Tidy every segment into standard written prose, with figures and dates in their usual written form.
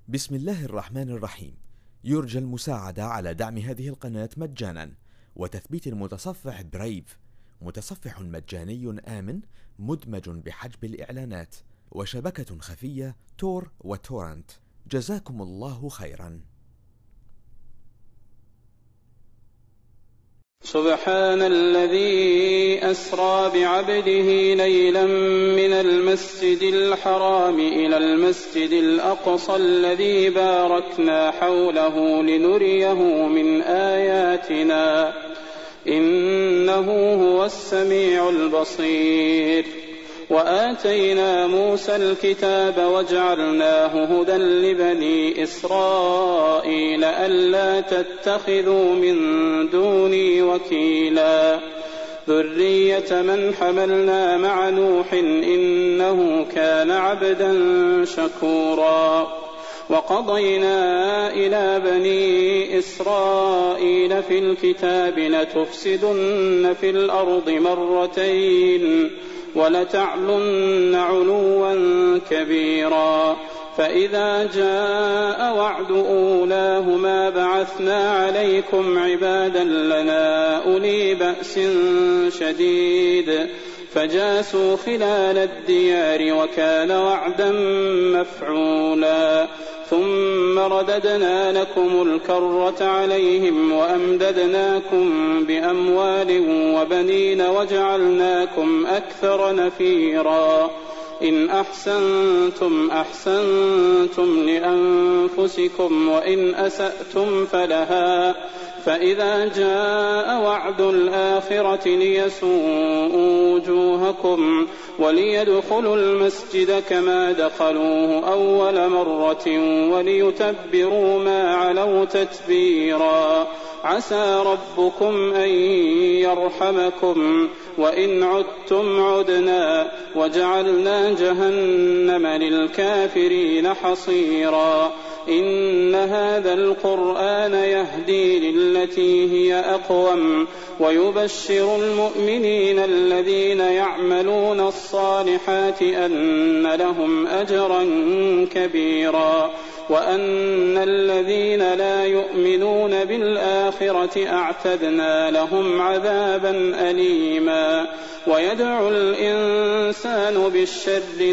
بسم الله الرحمن الرحيم. يرجى المساعدة على دعم هذه القناة مجانا وتثبيت المتصفح برايف، متصفح مجاني آمن مدمج بحجب الإعلانات، وشبكة خفية تور وتورنت. جزاكم الله خيرا. سبحان الذي أسرى بعبده ليلا من المسجد الحرام إلى المسجد الأقصى الذي باركنا حوله لنريه من آياتنا إنه هو السميع البصير. وآتينا موسى الكتاب وجعلناه هدى لبني إسرائيل ألا تتخذوا من دوني وكيلا ذرية من حملنا مع نوح إنه كان عبدا شكورا. وقضينا إلى بني إسرائيل في الكتاب لتفسدن في الأرض مرتين ولتعلن علوا كبيرا. فإذا جاء وعد أولاهما بعثنا عليكم عبادا لنا أولي بأس شديد فجاسوا خلال الديار وكان وعدا مفعولا. ثم رددنا لكم الكرة عليهم وأمددناكم بأموال وبنين وجعلناكم أكثر نفيرا. إن أحسنتم أحسنتم لأنفسكم وإن أسأتم فلها. فإذا جاء وعد الآخرة ليسوءوا وجوهكم وليدخلوا المسجد كما دخلوه أول مرة وليتبروا ما علوا تتبيرا. عسى ربكم أن يرحمكم وإن عدتم عدنا وجعلنا جهنم للكافرين حصيرا. إن هذا القرآن يهدي للتي هي أقوم ويبشر المؤمنين الذين يعملون الصالحات أن لهم أجرا كبيرا وأن الذين لا يؤمنون بالآخرة أعتدنا لهم عذابا أليما. ويدعو الإنسان بالشر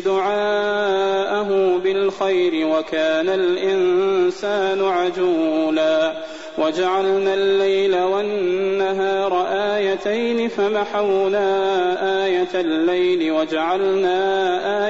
دعاءه بالخير وكان الإنسان عجولا. وجعلنا الليل والنهار آيتين فمحونا آية الليل وجعلنا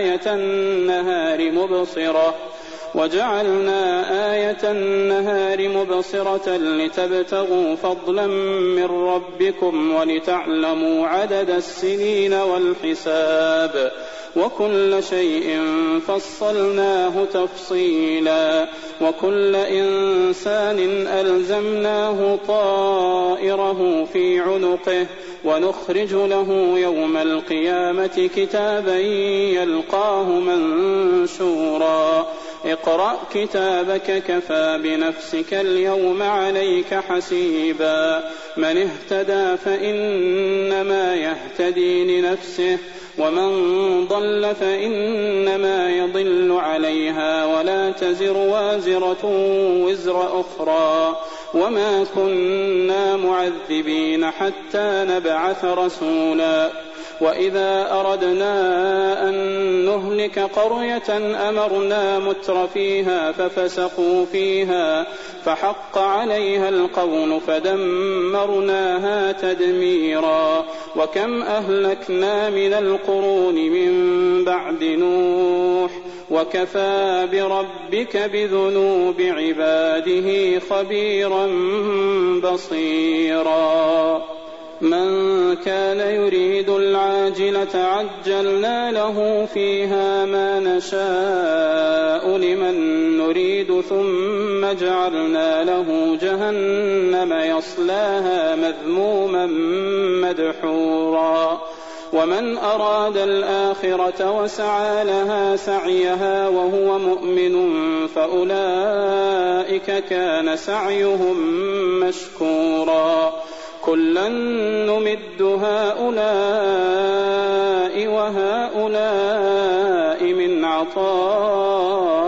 آية النهار مبصرة لتبتغوا فضلا من ربكم ولتعلموا عدد السنين والحساب وكل شيء فصلناه تفصيلا. وكل إنسان ألزمناه طائره في عنقه ونخرج له يوم القيامة كتابا يلقاه منشورا. اقرأ كتابك كفى بنفسك اليوم عليك حسيبا. من اهتدى فإنما يهتدي لنفسه ومن ضل فإنما يضل عليها ولا تزر وازرة وزر أخرى وما كنا معذبين حتى نبعث رسولا. وإذا أردنا أن نهلك قرية أمرنا متر فيها ففسقوا فيها فحق عليها القول فدمرناها تدميرا. وكم أهلكنا من القرون من بعد نوح وكفى بربك بذنوب عباده خبيرا بصيرا. من كان يريد العاجلة عجلنا له فيها ما نشاء لمن نريد ثم جعلنا له جهنم يصلاها مذموما مدحورا. ومن أراد الآخرة وسعى لها سعيها وهو مؤمن فأولئك كان سعيهم مشكورا. كلا نمد هؤلاء وهؤلاء من عطاء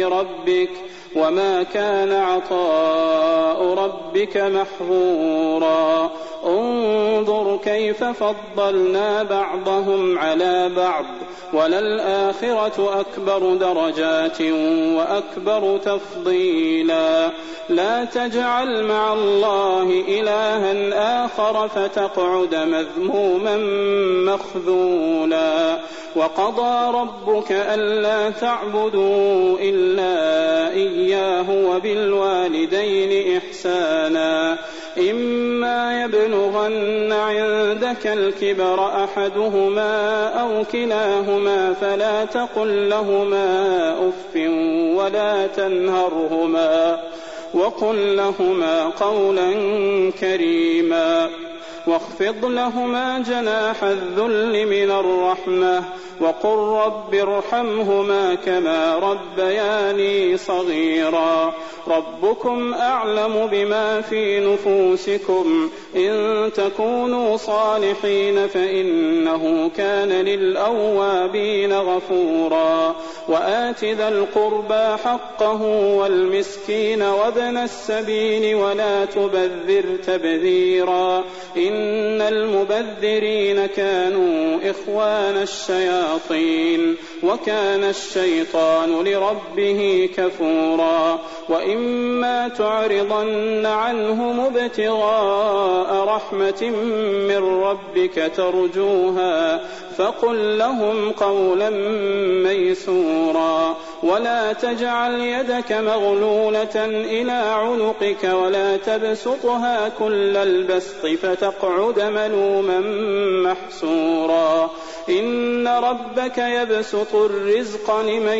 ربك وما كان عطاء ربك محظورا انظر كيف فضلنا بعضهم على بعض وللآخرة أكبر درجات وأكبر تفضيلا لا تجعل مع الله إلها آخر فتقعد مذموما مخذولا وقضى ربك ألا تعبدوا إلا إياه وبالوالدين إحسانا إما يبلغن عندك الكبر أحدهما أو كلاهما فلا تقل لهما أف ولا تنهرهما وقل لهما قولا كريما واخفض لهما جناح الذل من الرحمة وقل رب ارحمهما كما ربياني صغيرا ربكم أعلم بما في نفوسكم إن تكونوا صالحين فإنه كان للأوابين غفورا وآت ذا القربى حقه والمسكين وابن السبيل ولا تبذر تبذيرا إن المبذرين كانوا إخوان الشياطين وكان الشيطان لربه كفورا وإما تعرضن عنهم ابتغاء رحمة من ربك ترجوها فقل لهم قولا ميسورا ولا تجعل يدك مغلولة إلى عنقك ولا تبسطها كل البسط فتقعد ملوما محسورا إن ربك يبسط الرزق لمن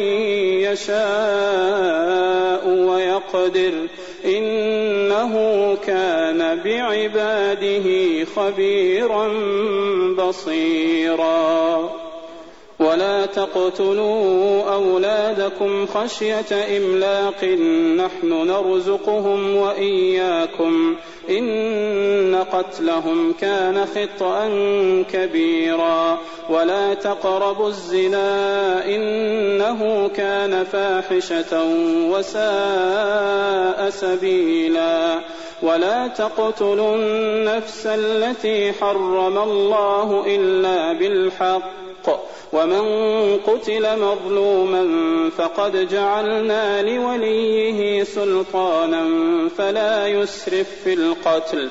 يشاء ويقدر إنه كان بعباده خبيرا بصيرا ولا تقتلوا أولادكم خشية إملاق نحن نرزقهم وإياكم إن قتلهم كان خطأ كبيرا ولا تقربوا الزنا إنه كان فاحشة وساء سبيلا ولا تقتلوا النفس التي حرم الله إلا بالحق ومن قتل مظلوما فقد جعلنا لوليه سلطانا فلا يسرف في القتل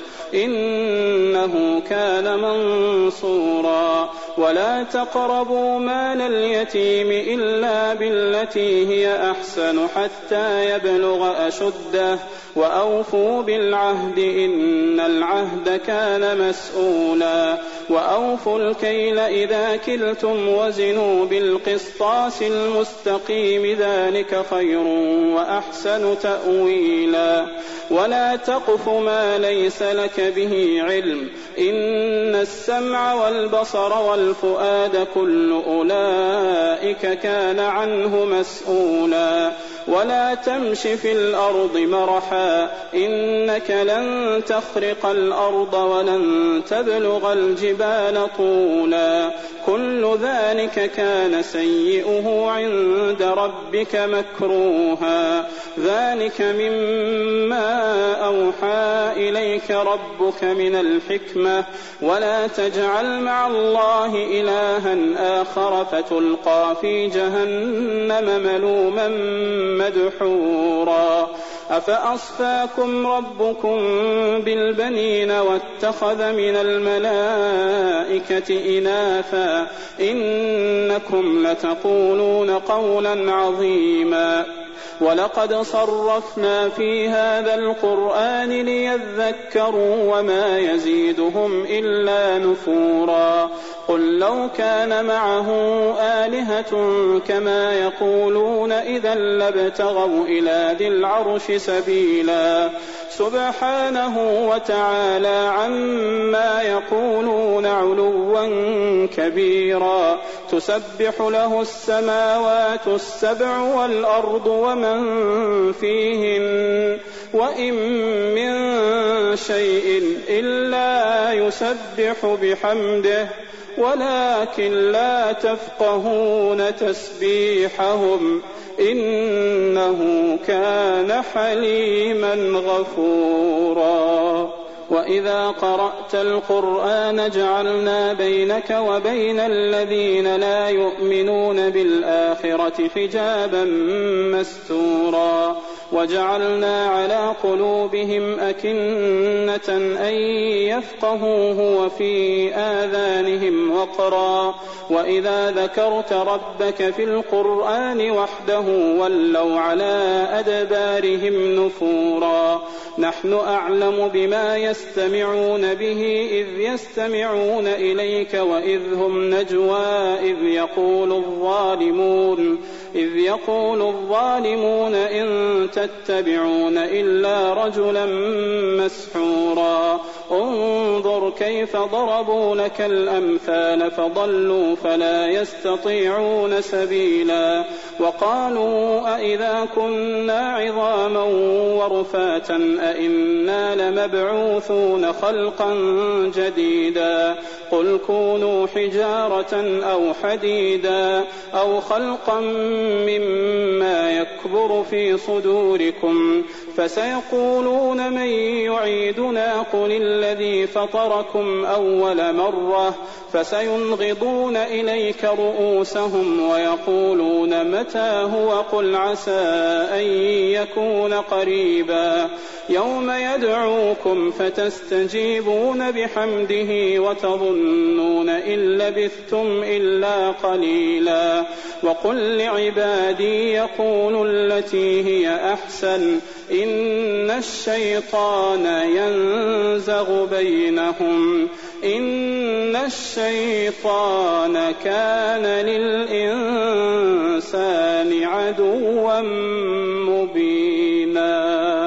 إنه كان منصورا ولا تقربوا مال اليتيم إلا بالتي هي أحسن حتى يبلغ أشده وأوفوا بالعهد إن العهد كان مسؤولا وأوفوا الكيل إذا كلتم وزنوا بالقسطاس المستقيم ذلك خير وأحسن تأويلا ولا تقف ما ليس لك به علم إن السمع والبصر والفؤاد كل أولئك كان عنه مسؤولا ولا تمش في الأرض مرحا إنك لن تخرق الأرض ولن تبلغ الجبال طولا كل ذلك كان سيئه عند ربك مكروها ذلك مما أوحى إليك ربك من الحكمة ولا تجعل مع الله إلها آخر فتلقى في جهنم ملوما مدحورا أفأصفاكم ربكم بالبنين واتخذ من الملائكة إناثا إنكم لتقولون قولا عظيما ولقد صرفنا في هذا القرآن ليذكروا وما يزيدهم إلا نفورا قل لو كان معه آلهة كما يقولون إذا لابتغوا إلى ذي العرش سبيلا سبحانه وتعالى عما يقولون علوا كبيرا تسبح له السماوات السبع والأرض ومن فيهن وإن من شيء إلا يسبح بحمده ولكن لا تفقهون تسبيحهم إنه كان حليما غفورا. وإذا قرأت القرآن جعلنا بينك وبين الذين لا يؤمنون بالآخرة حجابا مستورا وجعلنا على قلوبهم أكنة أن يفقهوه وفي آذانهم وقرا وإذا ذكرت ربك في القرآن وحده ولوا على أدبارهم نفورا. نحن أعلم بما يستمعون به إذ يستمعون إليك وإذ هم نجوى إذ يقول الظالمون إن تتبعون إلا رجلا مسحورا. انظر كيف ضربوا لك الأمثال فضلوا فلا يستطيعون سبيلا. وقالوا أئذا كنا عظاما ورفاتا أئنا لمبعوثون خلقا جديدا. قل كونوا حجارة أو حديدا أو خلقا مما يكبر في صدوركم فسيقولون من يعيدنا قل الذي فطركم أول مرة فسينغضون إليك رؤوسهم ويقولون متى هو قل عسى أن يكون قريبا. يوم يدعوكم فتستجيبون بحمده وتظنون إن لبثتم إلا قليلا. وقل لعبادي يقولوا التي هي أحسن إن الشيطان ينزغ بينهم إن الشيطان كان للإنسان عدوا مبينا.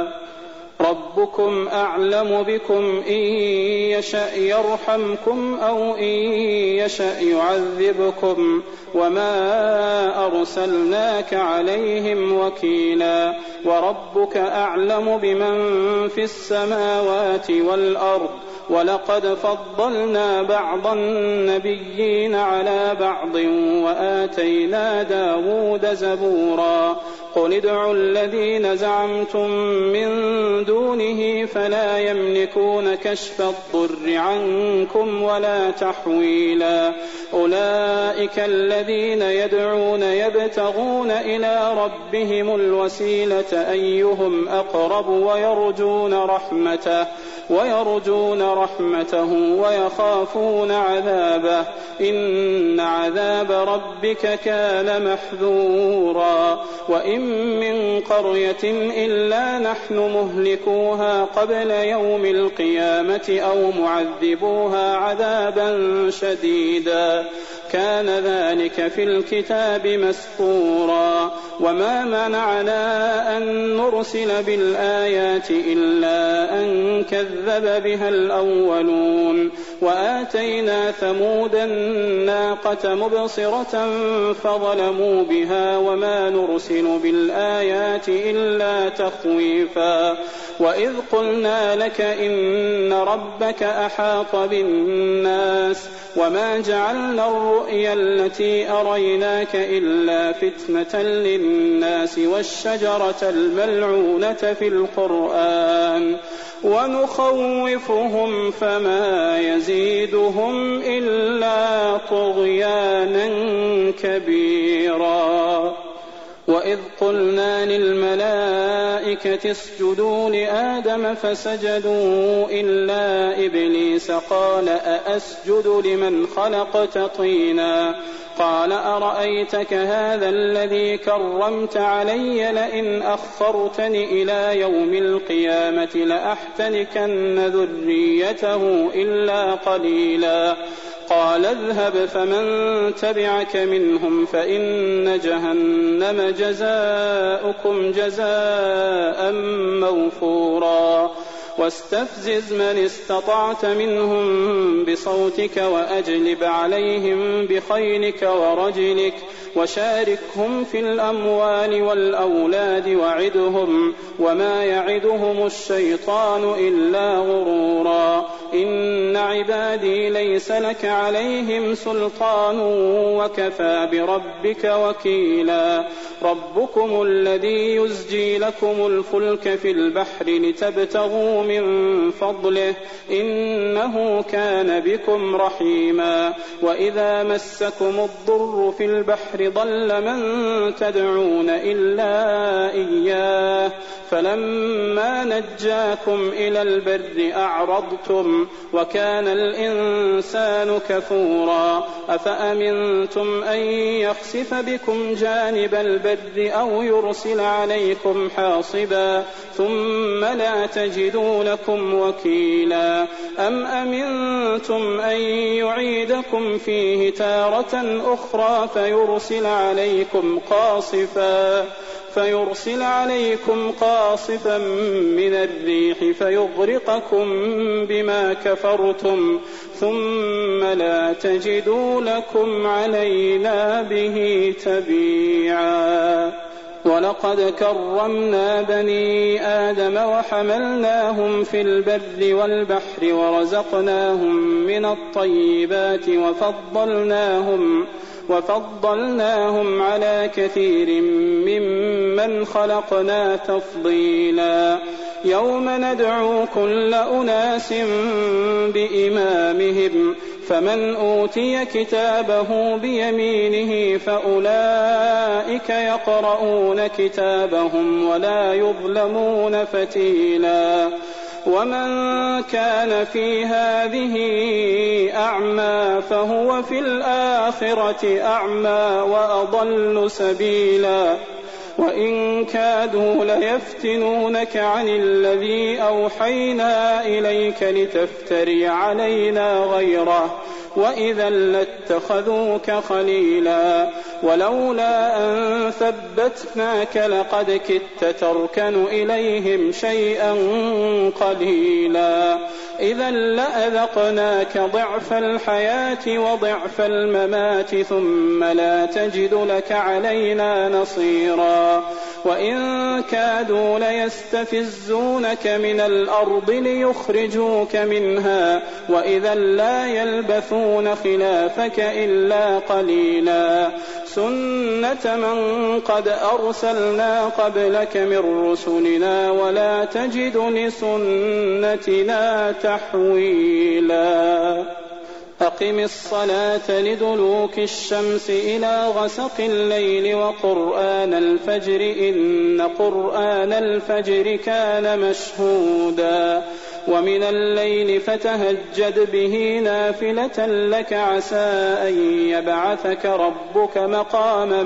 ربكم أعلم بكم إن يشأ يرحمكم أو إن يشأ يعذبكم وما أرسلناك عليهم وكيلا. وربك أعلم بمن في السماوات والأرض ولقد فضلنا بعض النبيين على بعض وآتينا داود زبورا. قل ادعوا الذين زعمتم من دونه فلا يملكون كشف الضر عنكم ولا تحويلا. أولئك الذين يدعون يبتغون إلى ربهم الوسيلة أيهم أقرب ويرجون رحمته ويخافون عذابه إن عذاب ربك كان محذورا. وإن من قرية إلا نحن مهلكوها قبل يوم القيامة أو معذبوها عذابا شديدا كان ذلك في الكتاب مسطورا. وما منعنا أن نرسل بالآيات إلا أن كذب بها الأولون. وآتينا ثمود الناقة مبصرة فظلموا بها وما نرسل بالآيات إلا تخويفا. وإذ قلنا لك إن ربك أحاط بالناس وما جعلنا الرؤيا التي أريناك إلا فتنة للناس والشجرة الملعونة في القرآن ونخوفهم فما يزيدهم إلا طغيانا كبيرا. وإذ قلنا للملائكة اسجدوا لآدم فسجدوا إلا إبليس قال أأسجد لمن خلقت طينا قال أرأيتك هذا الذي كرمت علي لئن أخرتني إلى يوم القيامة لأحتنكن ذريته إلا قليلا. قال اذهب فمن تبعك منهم فإن جهنم جزاؤكم جزاء موفورا. واستفزز من استطعت منهم بصوتك وأجلب عليهم بخيلك ورجلك وشاركهم في الأموال والأولاد وعدهم وما يعدهم الشيطان إلا غرورا إن عبادي ليس لك عليهم سلطان وكفى بربك وكيلا ربكم الذي يزجي لكم الفلك في البحر لتبتغوا من فضله إنه كان بكم رحيما وإذا مسكم الضر في البحر ضل من تدعون إلا إياه فلما نجاكم إلى البر أعرضتم وكان الإنسان كفورا أفأمنتم أن يخسف بكم جانب البر أو يرسل عليكم حاصبا ثم لا تجدوا لكم وكيلا أم أمنتم أن يعيدكم فيه تارة أخرى فيرسل عليكم قاصفا من الريح فيغرقكم بما كفرتم ثم لا تجدوا لكم علينا به تبيعا ولقد كرمنا بني آدم وحملناهم في البر والبحر ورزقناهم من الطيبات وفضلناهم على كثير ممن خلقنا تفضيلا يوم ندعو كل أناس بإمامهم فمن أوتي كتابه بيمينه فأولئك يقرؤون كتابهم ولا يظلمون فتيلا ومن كان في هذه أعمى فهو في الآخرة أعمى وأضل سبيلا وإن كادوا ليفتنونك عن الذي أوحينا إليك لتفتري علينا غيره وإذا لاتخذوك خليلا ولولا أن ثبتناك لقد كدت تركن إليهم شيئا قليلا إذا لأذقناك ضعف الحياة وضعف الممات ثم لا تجد لك علينا نصيرا وإن كادوا ليستفزونك من الأرض ليخرجوك منها وإذا لا يلبثون خلافك إلا قليلا سنة من قد أرسلنا قبلك من رسلنا ولا تجد لسنتنا تحويلا أقم الصلاة لدلوك الشمس إلى غسق الليل وقرآن الفجر إن قرآن الفجر كان مشهودا ومن الليل فتهجد به نافلة لك عسى أن يبعثك ربك مقاما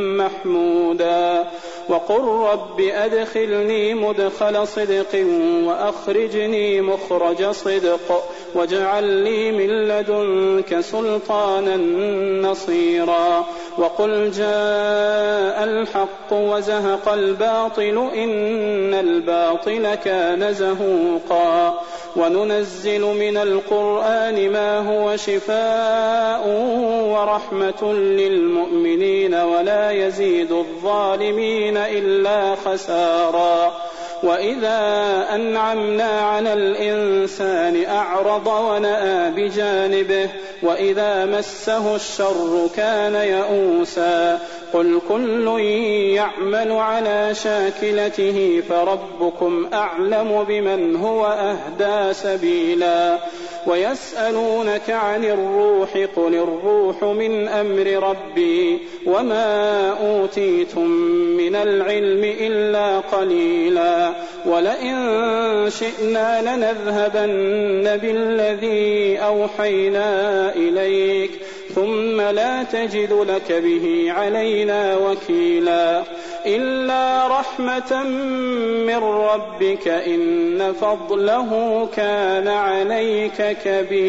محمودا وقل رب أدخلني مدخل صدق وأخرجني مخرج صدق واجعل لي من لدنك سلطانا نصيرا وقل جاء الحق وزهق الباطل إن الباطل كان زهوقا وننزل من القرآن ما هو شفاء ورحمة للمؤمنين ولا يزيد الظالمين إلا خسارا وإذا أنعمنا على الإنسان أعرض ونأى بجانبه وإذا مسه الشر كان يئوسا قل كل يعمل على شاكلته فربكم أعلم بمن هو أهدى سبيلا ويسألونك عن الروح قل الروح من أمر ربي وما أوتيتم من العلم إلا قليلا ولئن شئنا لنذهبن بالذي أوحينا إليك ثم لا تجد لك به علينا وكيلا إلا رحمة من ربك إن فضله كان عليك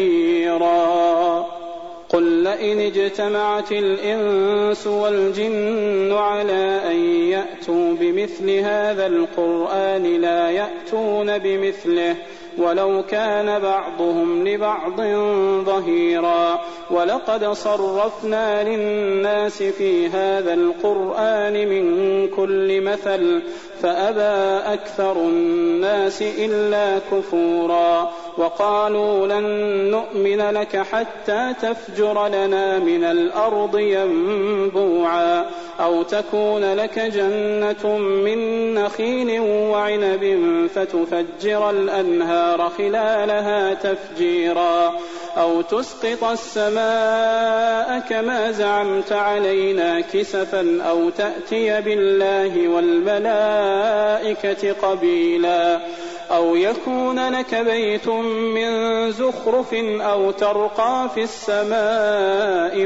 كبيرا قل لئن اجتمعت الإنس والجن على أن يأتوا بمثل هذا القرآن لا يأتون بمثله ولو كان بعضهم لبعض ظهيرا. ولقد صرفنا للناس في هذا القرآن من كل مثل فأبى أكثر الناس إلا كفورا. وقالوا لن نؤمن لك حتى تفجر لنا من الأرض ينبوعا أو تكون لك جنة من نخيل وعنب فتفجر الأنهار خلالها تفجيرا أو تسقط السماء كما زعمت علينا كسفا أو تأتي بالله والملائكة قبيلا أو يكون لك بيت من زخرف أو ترقى في السماء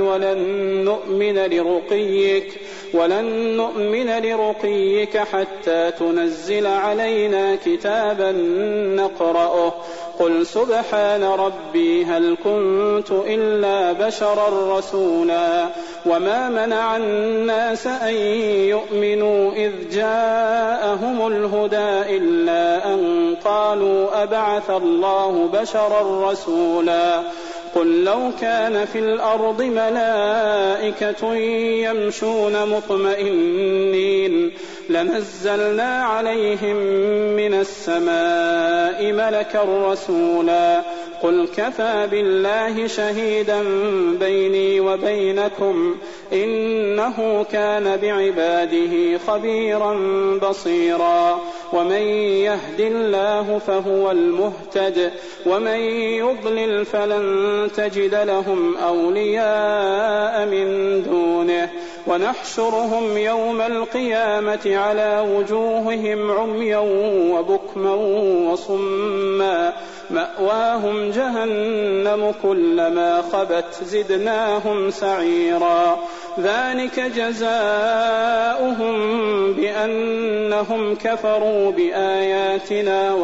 ولن نؤمن لرقيك حتى تنزل علينا كتابا نقرأه. قل سبحان ربي هل كنت إلا بشرا رسولا. وما منع الناس أن يؤمنوا إذ جاءهم الهدى إلا أن قالوا أبعث الله بشرا رسولا. قل لو كان في الأرض ملائكة يمشون مطمئنين لنزلنا عليهم من السماء ملكا رسولا. قل كفى بالله شهيدا بيني وبينكم إنه كان بعباده خبيرا بصيرا. ومن يهد الله فهو المهتد ومن يضلل فلن تجد لهم أولياء من دونه. ونحشرهم يوم القيامة على وجوههم عميا وبكما وصما مأواهم جهنم كلما خبت زدناهم سعيرا. ذلك جزاؤهم بأنهم كفروا بآياتنا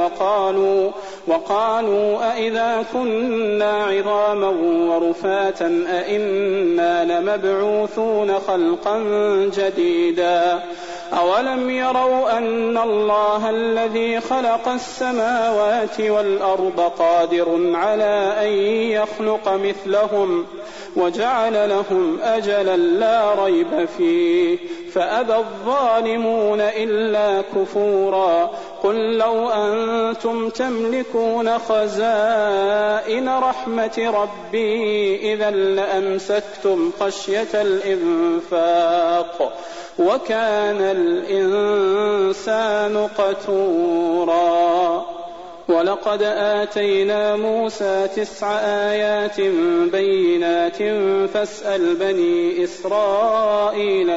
وقالوا أئذا كنا عظاما ورفاتا أئنا لمبعوثون خلقا جديدا. أولم يروا أن الله الذي خلق السماوات والأرض قادر على أن يخلق مثلهم وجعل لهم أجلا لا ريب فيه فأبى الظالمون إلا كفورا. قل لو أنتم تملكون خزائن رحمة ربي إذا لأمسكتم خشية الإنفاق وكان الإنسان قتورا. ولقد آتينا موسى 9 آيات بينات فاسأل بني إسرائيل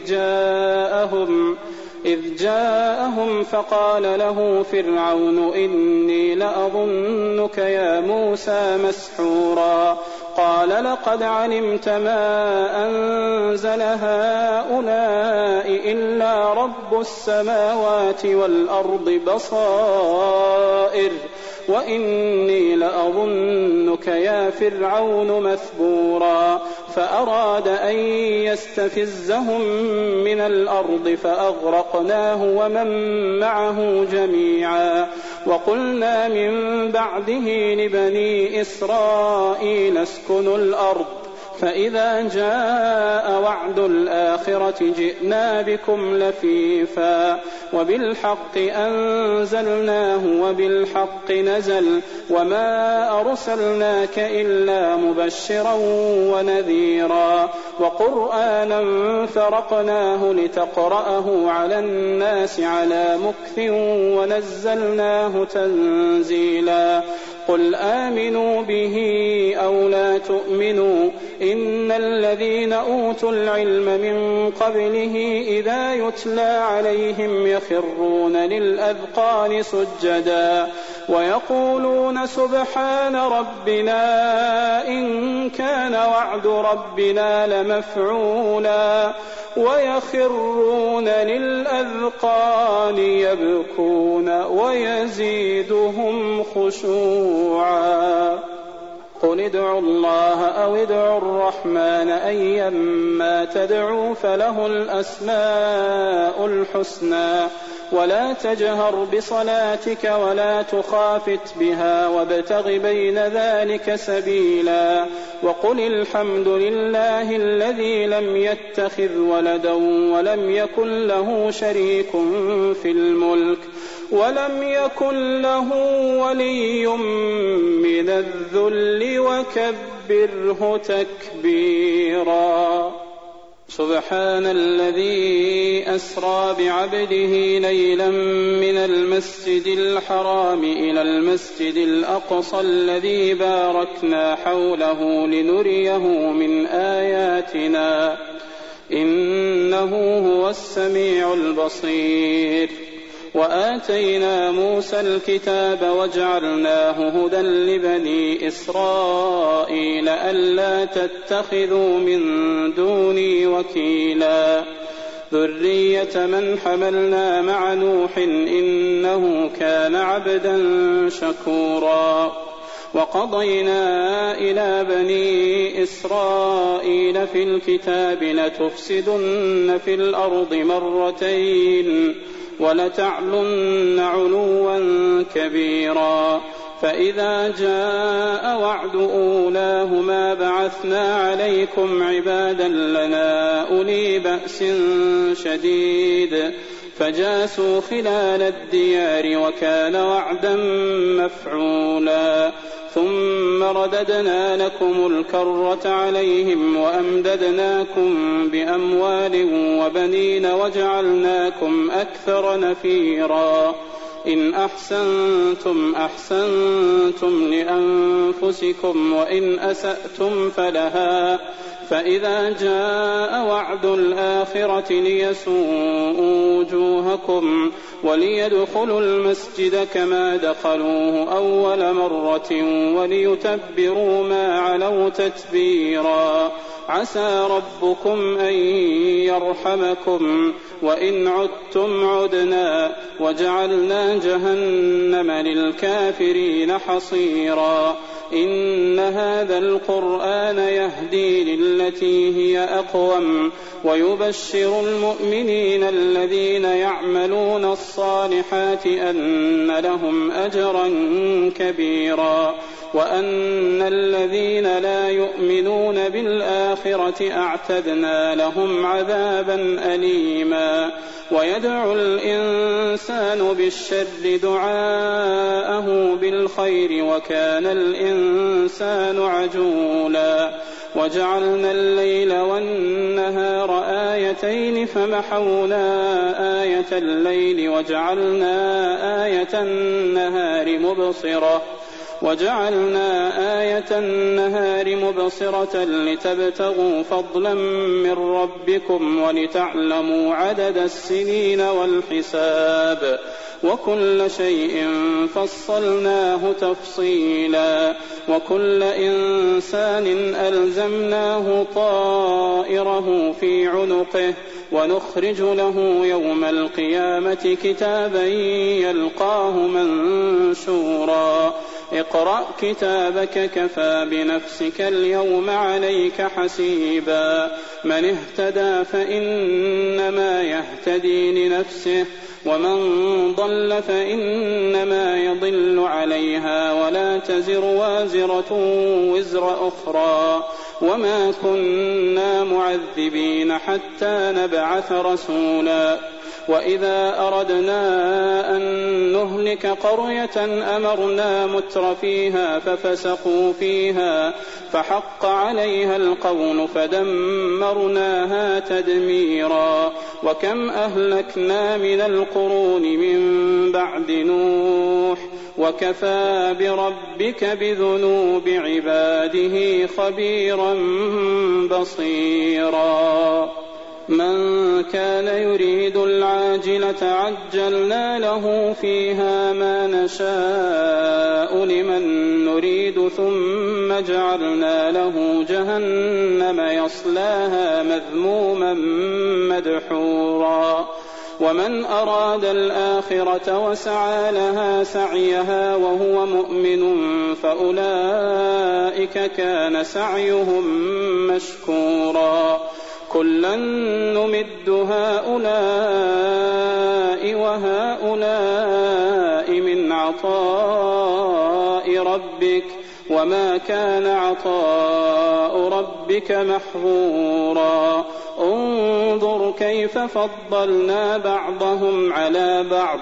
إذ جاءهم فقال له فرعون إني لأظنك يا موسى مسحورا. قال لقد علمت ما أنزل هؤلاء إلا رب السماوات والأرض بصائر وإني لأظنك يا فرعون مثبورا. فأراد أن يستفزهم من الأرض فأغرقناه ومن معه جميعا. وقلنا من بعده لبني إسرائيل اسكنوا الأرض فإذا جاء وعد الآخرة جئنا بكم لفيفا وبالحق أنزلناه وبالحق نزل وما أرسلناك إلا مبشرا ونذيرا وقرآنا فرقناه لتقرأه على الناس على مكث ونزلناه تنزيلا. قل آمنوا به أو لا تؤمنوا إن الذين أوتوا العلم من قبله إذا يتلى عليهم يخرون للأذقان سجدا ويقولون سبحان ربنا إن كان وعد ربنا لمفعولا ويخرون للأذقان يبكون ويزيدهم خشوعا. قل ادعوا الله أو ادعوا الرحمن أيما تدعوا فله الأسماء الحسنى ولا تجهر بصلاتك ولا تخافت بها وابتغ بين ذلك سبيلا وقل الحمد لله الذي لم يتخذ ولدا ولم يكن له شريك في الملك ولم يكن له ولي من الذل وكبره تكبيرا. سبحان الذي أسرى بعبده ليلا من المسجد الحرام إلى المسجد الأقصى الذي باركنا حوله لنريه من آياتنا إنه هو السميع البصير. وآتينا موسى الكتاب وجعلناه هدى لبني إسرائيل ألا تتخذوا من دوني وكيلا ذرية من حملنا مع نوح إنه كان عبدا شكورا. وقضينا إلى بني إسرائيل في الكتاب لتفسدن في الأرض مرتين ولتعلن علوا كبيرا فإذا جاء وعد أولاهما بعثنا عليكم عبادا لنا أولي بأس شديد فجاسوا خلال الديار وكان وعدا مفعولا. ثم رددنا لكم الكرة عليهم وأمددناكم بأموال وبنين وجعلناكم أكثر نفيرا. إن أحسنتم أحسنتم لأنفسكم وإن أسأتم فلها فإذا جاء وعد الآخرة ليسوءوا وجوهكم وليدخلوا المسجد كما دخلوه أول مرة وليتبروا ما علوا تتبيرا. عسى ربكم أن يرحمكم وإن عدتم عدنا وجعلنا جهنم للكافرين حصيرا. إن هذا القرآن يهدي للتي هي أقوم ويبشر المؤمنين الذين يعملون الصالحات أن لهم أجرا كبيرا وأن الذين لا يؤمنون بالآخرة أعتدنا لهم عذابا أليما. ويدعو الإنسان بالشر دعاءه بالخير وكان الإنسان عجولا. وجعلنا الليل والنهار آيتين فمحونا آية الليل وجعلنا آية النهار مبصرة لتبتغوا فضلا من ربكم ولتعلموا عدد السنين والحساب وكل شيء فصلناه تفصيلا. وكل إنسان ألزمناه طائره في عنقه ونخرج له يوم القيامة كتابا يلقاه منشورا. اقرأ كتابك كفى بنفسك اليوم عليك حسيبا. من اهتدى فإنما يهتدي لنفسه ومن ضل فإنما يضل عليها ولا تزر وازرة وزر أخرى وما كنا معذبين حتى نبعث رسولا. وإذا أردنا أن نهلك قرية أمرنا مترفيها ففسقوا فيها فحق عليها القول فدمرناها تدميرا. وكم أهلكنا من القرون من بعد نوح وكفى بربك بذنوب عباده خبيرا بصيرا. من كان يريد العاجلة عجلنا له فيها ما نشاء لمن نريد ثم جعلنا له جهنم يصلاها مذموما مدحورا. ومن أراد الآخرة وسعى لها سعيها وهو مؤمن فأولئك كان سعيهم مشكورا. كلا نمد هؤلاء وهؤلاء من عطاء ربك وما كان عطاء ربك محظورا انظر كيف فضلنا بعضهم على بعض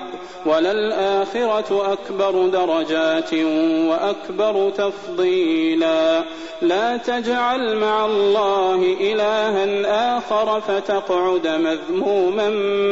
وللآخرة أكبر درجات وأكبر تفضيلا لا تجعل مع الله إلها آخر فتقعد مذموما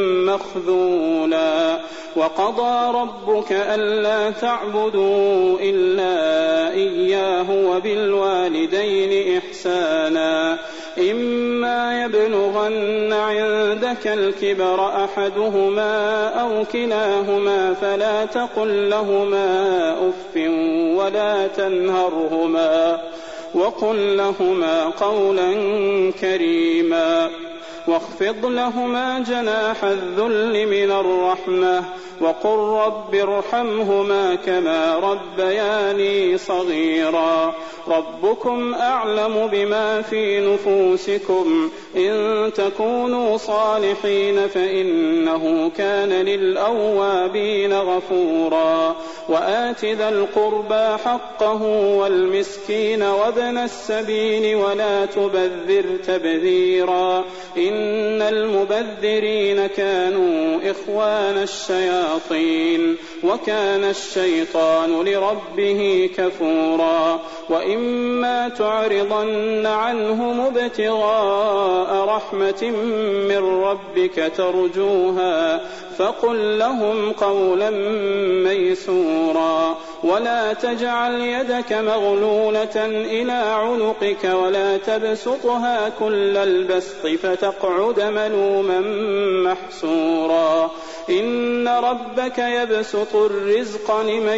مخذولا وقضى ربك ألا تعبدوا إلا إياه وبالوالدين إحسانا إما يبلغن عندك الكبر أحدهما أو كلاهما فلا تقل لهما أف ولا تنهرهما وقل لهما قولا كريما واخفض لهما جناح الذل من الرحمة وقل رب ارحمهما كما ربياني صغيرا ربكم أعلم بما في نفوسكم إن تكونوا صالحين فإنه كان للأوابين غفورا وآت ذا القربى حقه والمسكين وابن السبيل ولا تبذر تبذيرا إن المبذرين كانوا إخوان الشياطين وكان الشيطان لربه كفورا وإما تعرضن عنهم ابتغاء رحمة من ربك ترجوها فقل لهم قولا ميسورا ولا تجعل يدك مغلولة إلى عنقك ولا تبسطها كل البسط فتقعد ملوما محسورا إن ربك يبسط الرزق لمن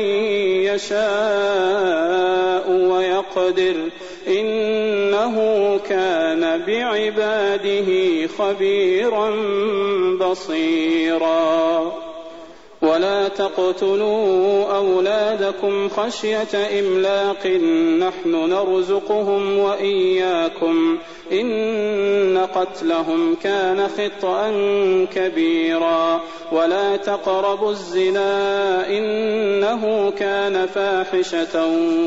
يشاء ويقدر إنه كان بعباده خبيرا بصيرا ولا تقتلوا أولادكم خشية إملاق نحن نرزقهم وإياكم إن قتلهم كان خطأ كبيرا ولا تقربوا الزنا إنه كان فاحشة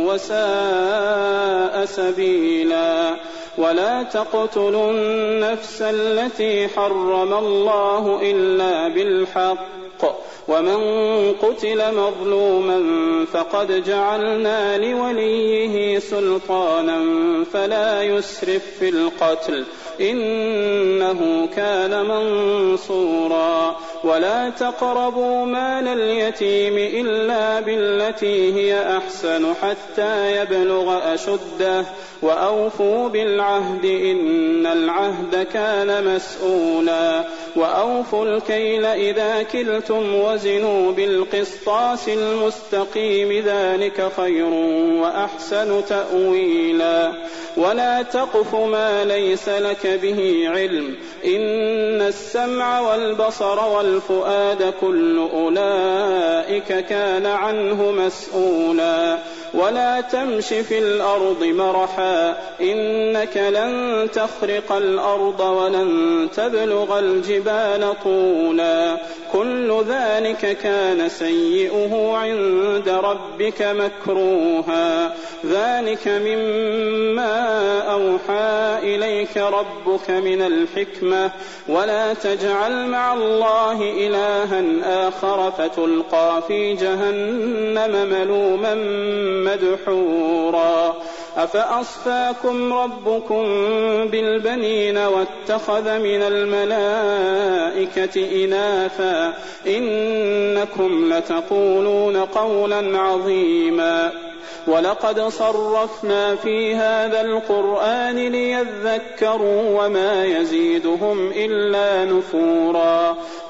وساء سبيلا ولا تقتلوا النفس التي حرم الله إلا بالحق ومن قتل مظلوما فقد جعلنا لوليه سلطانا فلا يسرف في القتل إنه كان منصورا ولا تقربوا مال اليتيم إلا بالتي هي أحسن حتى يبلغ أشده وأوفوا بالعهد إن العهد كان مسؤولا وأوفوا الكيل إذا كلتم وزنوا بالقسطاس المستقيم ذلك خير وأحسن تأويلا ولا تقف ما ليس لك به علم إن السمع والبصر والفؤاد كل أولئك كان عنه مسؤولا ولا تمش في الأرض مرحا إنك لن تخرق الأرض ولن تبلغ الجبال طولا كل ذلك كان سيئه عند ربك مكروها ذلك مما أوحى إليك ربك من الحكمة ولا تجعل مع الله إلها آخر فتلقى في جهنم ملوما مدحورا أفأصفاكم ربكم بالبنين واتخذ من الملائكة إناثا إنكم لتقولون قولا عظيما ولقد صرفنا في هذا القرآن ليذكروا وما يزيدهم إلا نفورا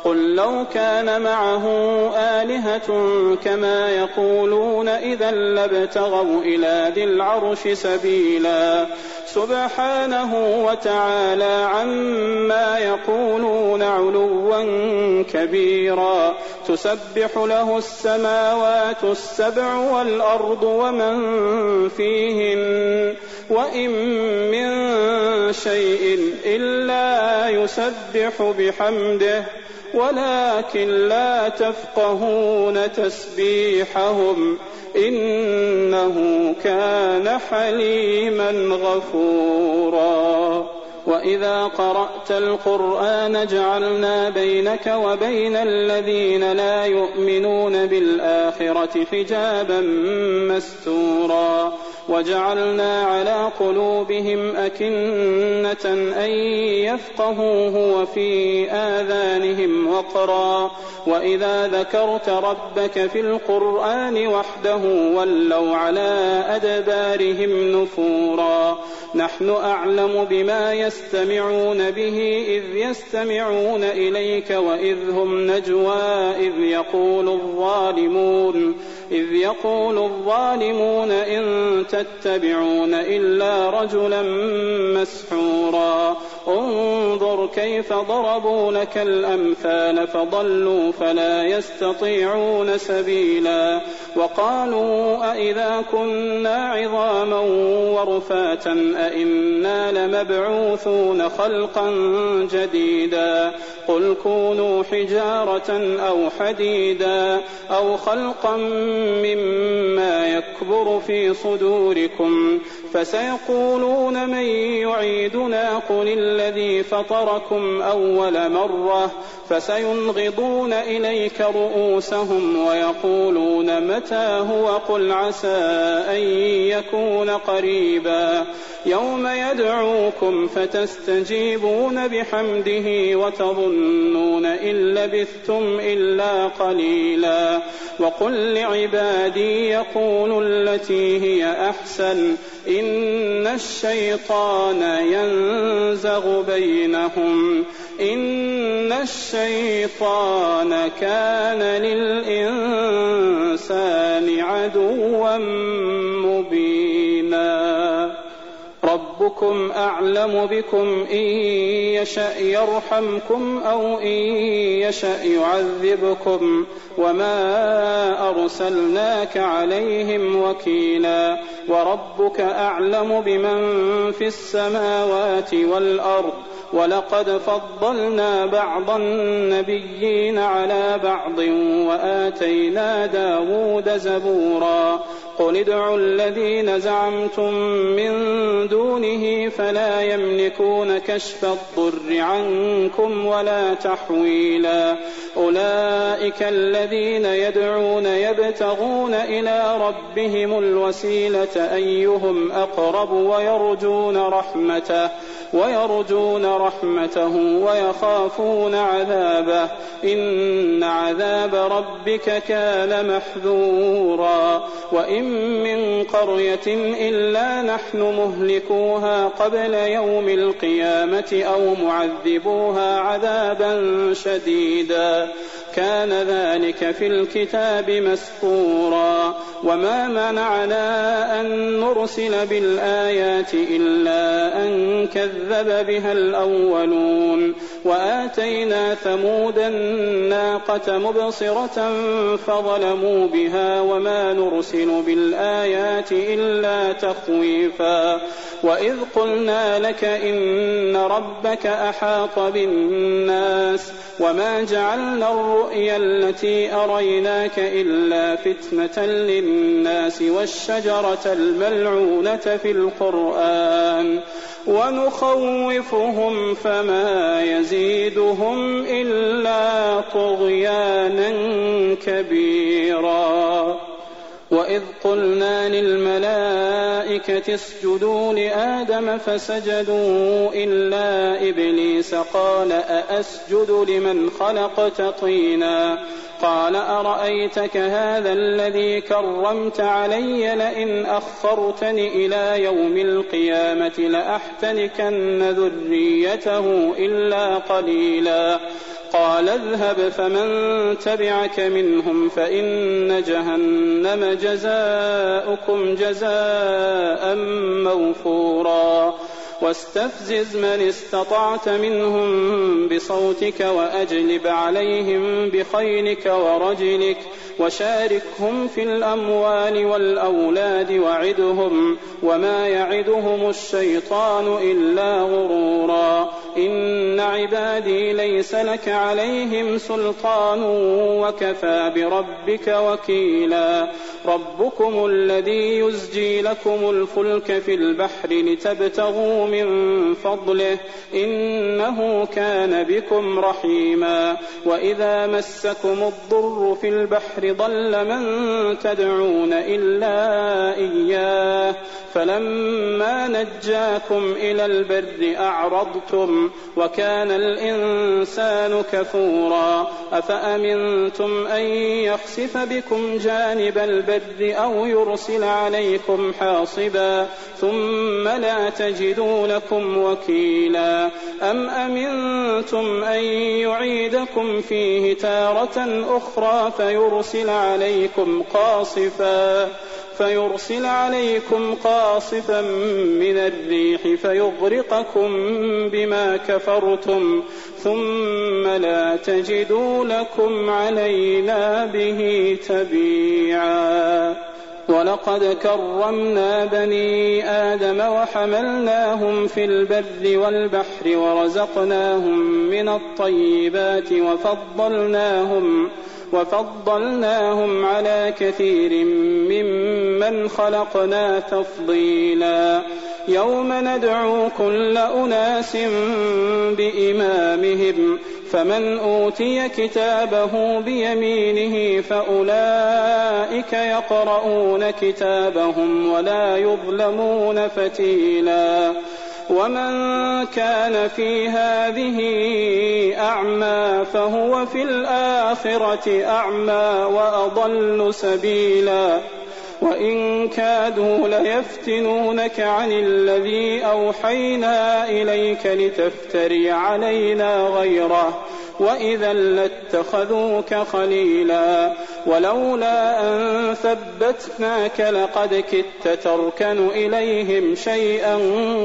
قل لو كان معه آلهة كما يقولون إذا لابتغوا إلى ذي العرش سبيلا سبحانه وتعالى عما يقولون علوا كبيرا تسبح له السماوات السبع والأرض ومن فيهن وإن من شيء إلا يسبح بحمده ولكن لا تفقهون تسبيحهم إنه كان حليما غفورا وإذا قرأت القرآن جعلنا بينك وبين الذين لا يؤمنون بالآخرة حجابا مستورا وجعلنا على قلوبهم أكنة أن يفقهوه وفي آذانهم وقرا وإذا ذكرت ربك في القرآن وحده ولوا على أدبارهم نفورا نحن أعلم بما يستمعون به إذ يستمعون إليك وإذ هم نجوى إذ يقول الظالمون إن تتبعون إلا رجلا مسحورا انظر كيف ضربوا لك الأمثال فضلوا فلا يستطيعون سبيلا وقالوا أئذا كنا عظاما ورفاتا أئنا لمبعوثون خلقا جديدا قل كونوا حجارة أو حديدا أو خلقا مما يكبر في صدوركم فسيقولون من يعيدنا قل الذي فطركم أول مرة فسينغضون إليك رؤوسهم ويقولون متى هو قل عسى أن يكون قريبا يوم يدعوكم فتستجيبون بحمده وتظنون إن لبثتم إلا قليلا وقل لعبادي يقولوا التي هي أحسن إن الشيطان ينزغ بينهم إن الشيطان كان للإنسان عدوا مبينا ربكم أعلم بكم إن يشأ يرحمكم أو إن يشأ يعذبكم وما أرسلناك عليهم وكيلا وربك أعلم بمن في السماوات والأرض ولقد فضلنا بعض النبيين على بعض وآتينا داود زبورا قل ادعوا الذين زعمتم من دونه فلا يملكون كشف الضر عنكم ولا تحويلا أولئك الذين يدعون يبتغون إلى ربهم الوسيلة أيهم أقرب ويرجون رحمته ويخافون عذابه إن عذاب ربك كان محذورا وإن من قرية إلا نحن مهلكوها قبل يوم القيامة أو معذبوها عذابا شديدا كان ذلك في الكتاب مسطورا وما منعنا أن نرسل بالآيات إلا أن كذب بها الأولون وآتينا ثمود الناقة مبصرة فظلموا بها وما نرسل بالآيات إلا تخويفا وإذ قلنا لك إن ربك أحاط بالناس وما جعلنا الرؤيا التي أريناك إلا فتنة للناس والشجرة الملعونة في القرآن ونخوفهم فما يزيدهم إلا طغيانا كبيرا وإذ قلنا للملائكة اسجدوا لآدم فسجدوا إلا إبليس قال أأسجد لمن خلقت طينا قال أرأيتك هذا الذي كرمت علي لئن أخرتني إلى يوم القيامة لأحتنكن ذريته إلا قليلا قال اذهب فمن تبعك منهم فإن جهنم جزاؤكم جزاء موفورا واستفزز من استطعت منهم بصوتك وأجلب عليهم بخيلك ورجلك وشاركهم في الأموال والأولاد وعدهم وما يعدهم الشيطان إلا غرورا إن عبادي ليس لك عليهم سلطان وكفى بربك وكيلا ربكم الذي يزجي لكم الفلك في البحر لتبتغوا من فضله إنه كان بكم رحيما وإذا مسكم الضر في البحر ضل من تدعون إلا إياه فلما نجاكم إلى البر أعرضتم وكان الإنسان كفورا أفأمنتم أن يخسف بكم جانب البر أو يرسل عليكم حاصبا ثم لا تجدوا لكم وكيلا أم أمنتم أن يعيدكم فيه تارة أخرى فيرسل عليكم قاصفا من الريح فيغرقكم بما كفرتم ثم لا تجدوا لكم علينا به تبيعا ولقد كرمنا بني آدم وحملناهم في البر والبحر ورزقناهم من الطيبات وفضلناهم على كثير ممن خلقنا تفضيلا يوم ندعو كل أناس بإمامهم فمن أوتي كتابه بيمينه فأولئك يقرؤون كتابهم ولا يظلمون فتيلا ومن كان في هذه أعمى فهو في الآخرة أعمى وأضل سبيلا وإن كادوا ليفتنونك عن الذي أوحينا إليك لتفتري علينا غيره وإذا لاتخذوك خليلا ولولا أن ثبتناك لقد كدت تركن إليهم شيئا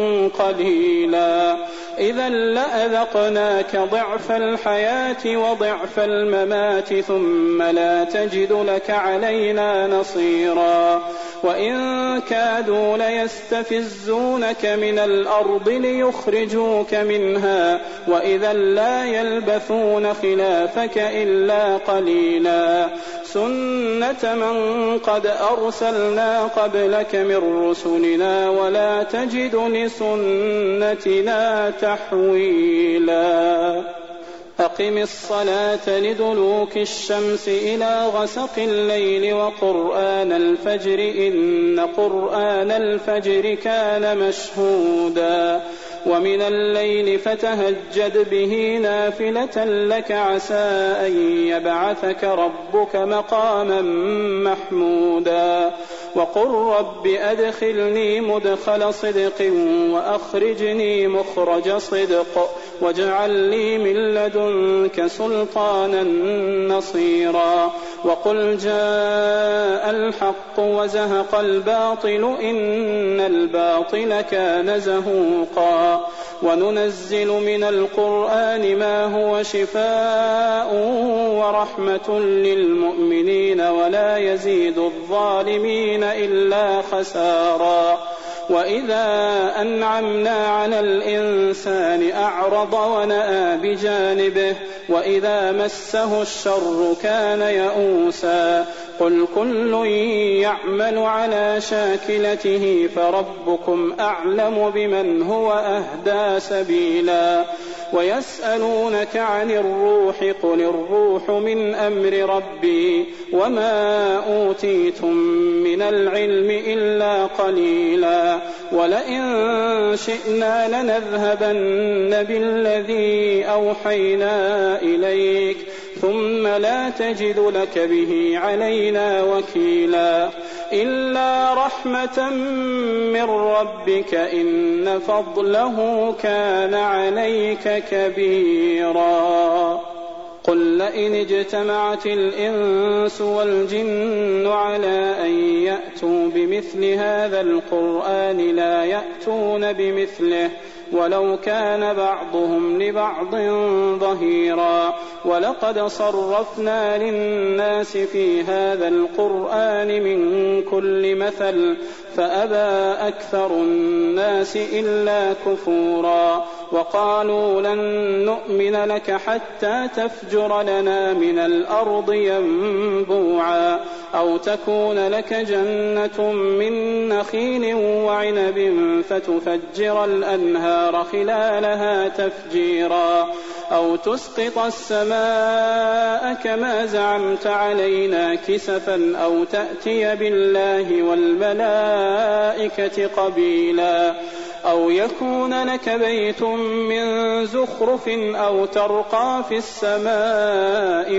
قليلا إذا لأذقناك ضعف الحياة وضعف الممات ثم لا تجد لك علينا نصيرا وإن كادوا ليستفزونك من الأرض ليخرجوك منها وإذا لا يلبثون خلافك إلا قليلا سنة من قد أرسلنا قبلك من رسلنا ولا تجد لسنتنا تحويلا أقم الصلاة لدلوك الشمس إلى غسق الليل وقرآن الفجر إن قرآن الفجر كان مشهودا ومن الليل فتهجد به نافلة لك عسى أن يبعثك ربك مقاما محمودا وقل رب أدخلني مدخل صدق وأخرجني مخرج صدق واجعل لي من لدنك سلطانا نصيرا وقل جاء الحق وزهق الباطل إن الباطل كان زهوقا وننزل من القرآن ما هو شفاء ورحمة للمؤمنين ولا يزيد الظالمين إلا خسارا وإذا أنعمنا على الإنسان أعرض ونأى بجانبه وإذا مسه الشر كان يئوسا قل كل يعمل على شاكلته فربكم أعلم بمن هو أهدى سبيلا ويسألونك عن الروح قل الروح من أمر ربي وما أوتيتم من العلم إلا قليلا ولئن شئنا لنذهبن بالذي أوحينا إليك ثم لا تجد لك به علينا وكيلا إلا رحمة من ربك إن فضله كان عليك كبيرا قل لئن اجتمعت الإنس والجن على أن يأتوا بمثل هذا القرآن لا يأتون بمثله ولو كان بعضهم لبعض ظهيرا ولقد صرفنا للناس في هذا القرآن من كل مثل فأبى أكثر الناس إلا كفورا وقالوا لن نؤمن لك حتى تفجر لنا من الأرض ينبوعا أو تكون لك جنة من نخيل وعنب فتفجر الأنهار خلالها تفجيرا أو تسقط السماء كما زعمت علينا كسفا أو تأتي بالله والملائكة قبيلا أو يكون لك بيت من زخرف أو ترقى في السماء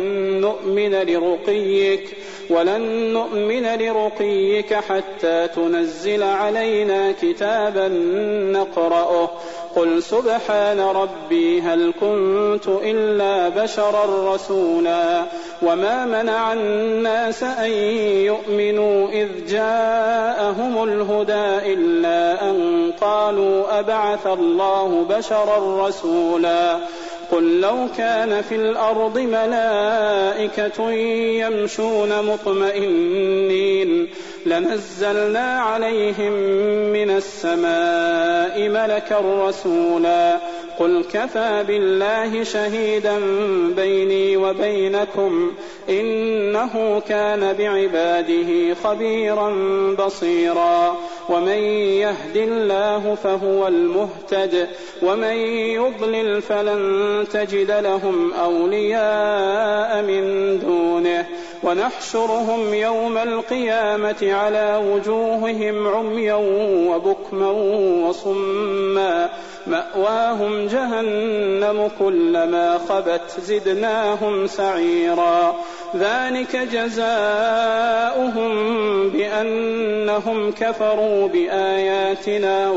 ولن نؤمن لرقيك حتى تنزل علينا كتابا نقرأه قل سبحان ربي هل كنت إلا بشرا رسولا وما منع الناس أن يؤمنوا إذ جاءهم الهدى إلا أن قالوا أبعث الله بشرا رسولا قل لو كان في الأرض ملائكة يمشون مطمئنين لنزلنا عليهم من السماء ملكا رسولا قل كفى بالله شهيدا بيني وبينكم إنه كان بعباده خبيرا بصيرا ومن يهد الله فهو المهتد ومن يضلل فلن تجد لهم أولياء من دونه ونحشرهم يوم القيامة على وجوههم عميا وبكما وصما مأواهم جهنم كلما خبت زدناهم سعيرا ذلك جزاؤهم بأنهم كفروا بآياتنا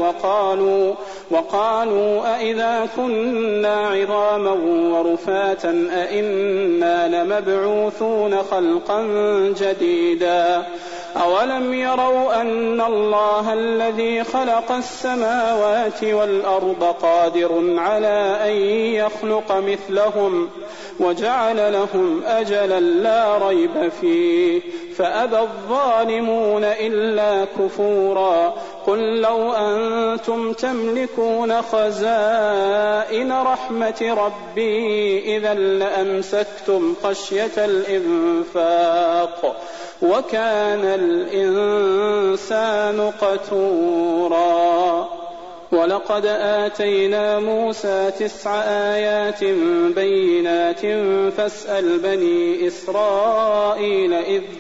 وقالوا أئذا كنا عظاما ورفاتا أئنا لمبعوثون خلقا جديدا أولم يروا أن الله الذي خلق السماوات والأرض قادر على أن يخلق مثلهم وجعل لهم أجلا لا ريب فيه فأبى الظالمون إلا كفورا قل لو أنتم تملكون خزائن رحمة ربي إذا لأمسكتم خشية الإنفاق وكان الإنسان قتورا ولقد آتينا موسى 9 آيات بينات فاسأل بني إسرائيل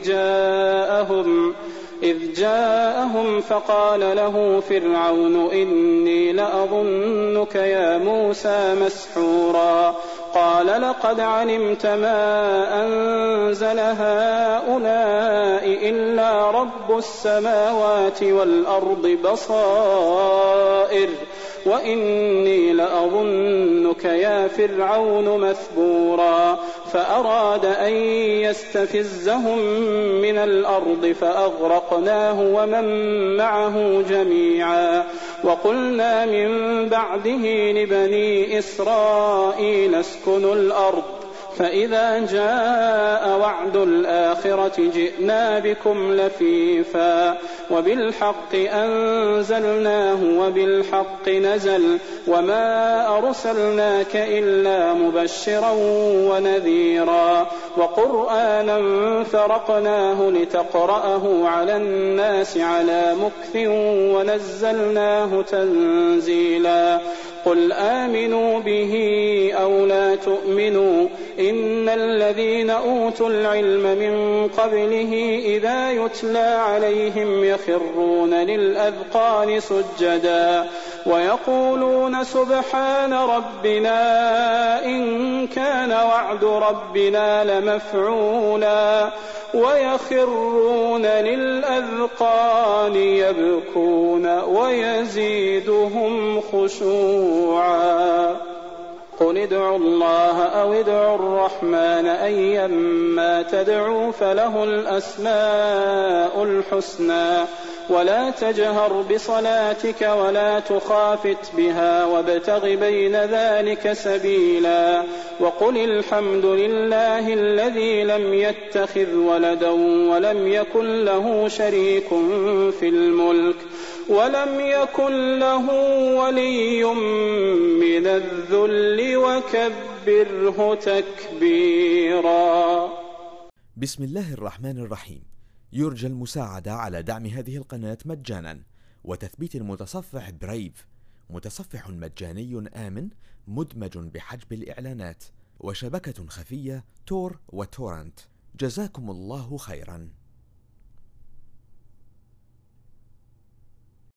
إذ جاءهم فقال له فرعون إني لأظنك يا موسى مسحورا قال لقد علمت ما أنزل هؤلاء إلا رب السماوات والأرض بصائر وإني لأظنك يا فرعون مثبورا فأراد أن يستفزهم من الأرض فأغرقناه ومن معه جميعا وقلنا من بعده لبني إسرائيل اسكنوا الأرض فإذا جاء وعد الآخرة جئنا بكم لفيفا وبالحق أنزلناه وبالحق نزل وما أرسلناك إلا مبشرا ونذيرا وقرآنا فرقناه لتقرأه على الناس على مكث ونزلناه تنزيلا قل آمنوا به أو لا تؤمنوا إن الذين أوتوا العلم من قبله إذا يتلى عليهم يخرون للأذقان سجدا ويقولون سبحان ربنا إن كان وعد ربنا لمفعولا ويخرون للأذقان يبكون ويزيدهم خشوعا قل ادعوا الله أو ادعوا الرحمن أيما تدعوا فله الأسماء الحسنى ولا تجهر بصلاتك ولا تخافت بها وابتغ بين ذلك سبيلا وقل الحمد لله الذي لم يتخذ ولدا ولم يكن له شريك في الملك ولم يكن له ولي من الذل وكبره تكبيرا. بسم الله الرحمن الرحيم. يرجى المساعدة على دعم هذه القناة مجانا وتثبيت المتصفح برايف، متصفح مجاني آمن مدمج بحجب الإعلانات، وشبكة خفية تور وتورنت. جزاكم الله خيرا.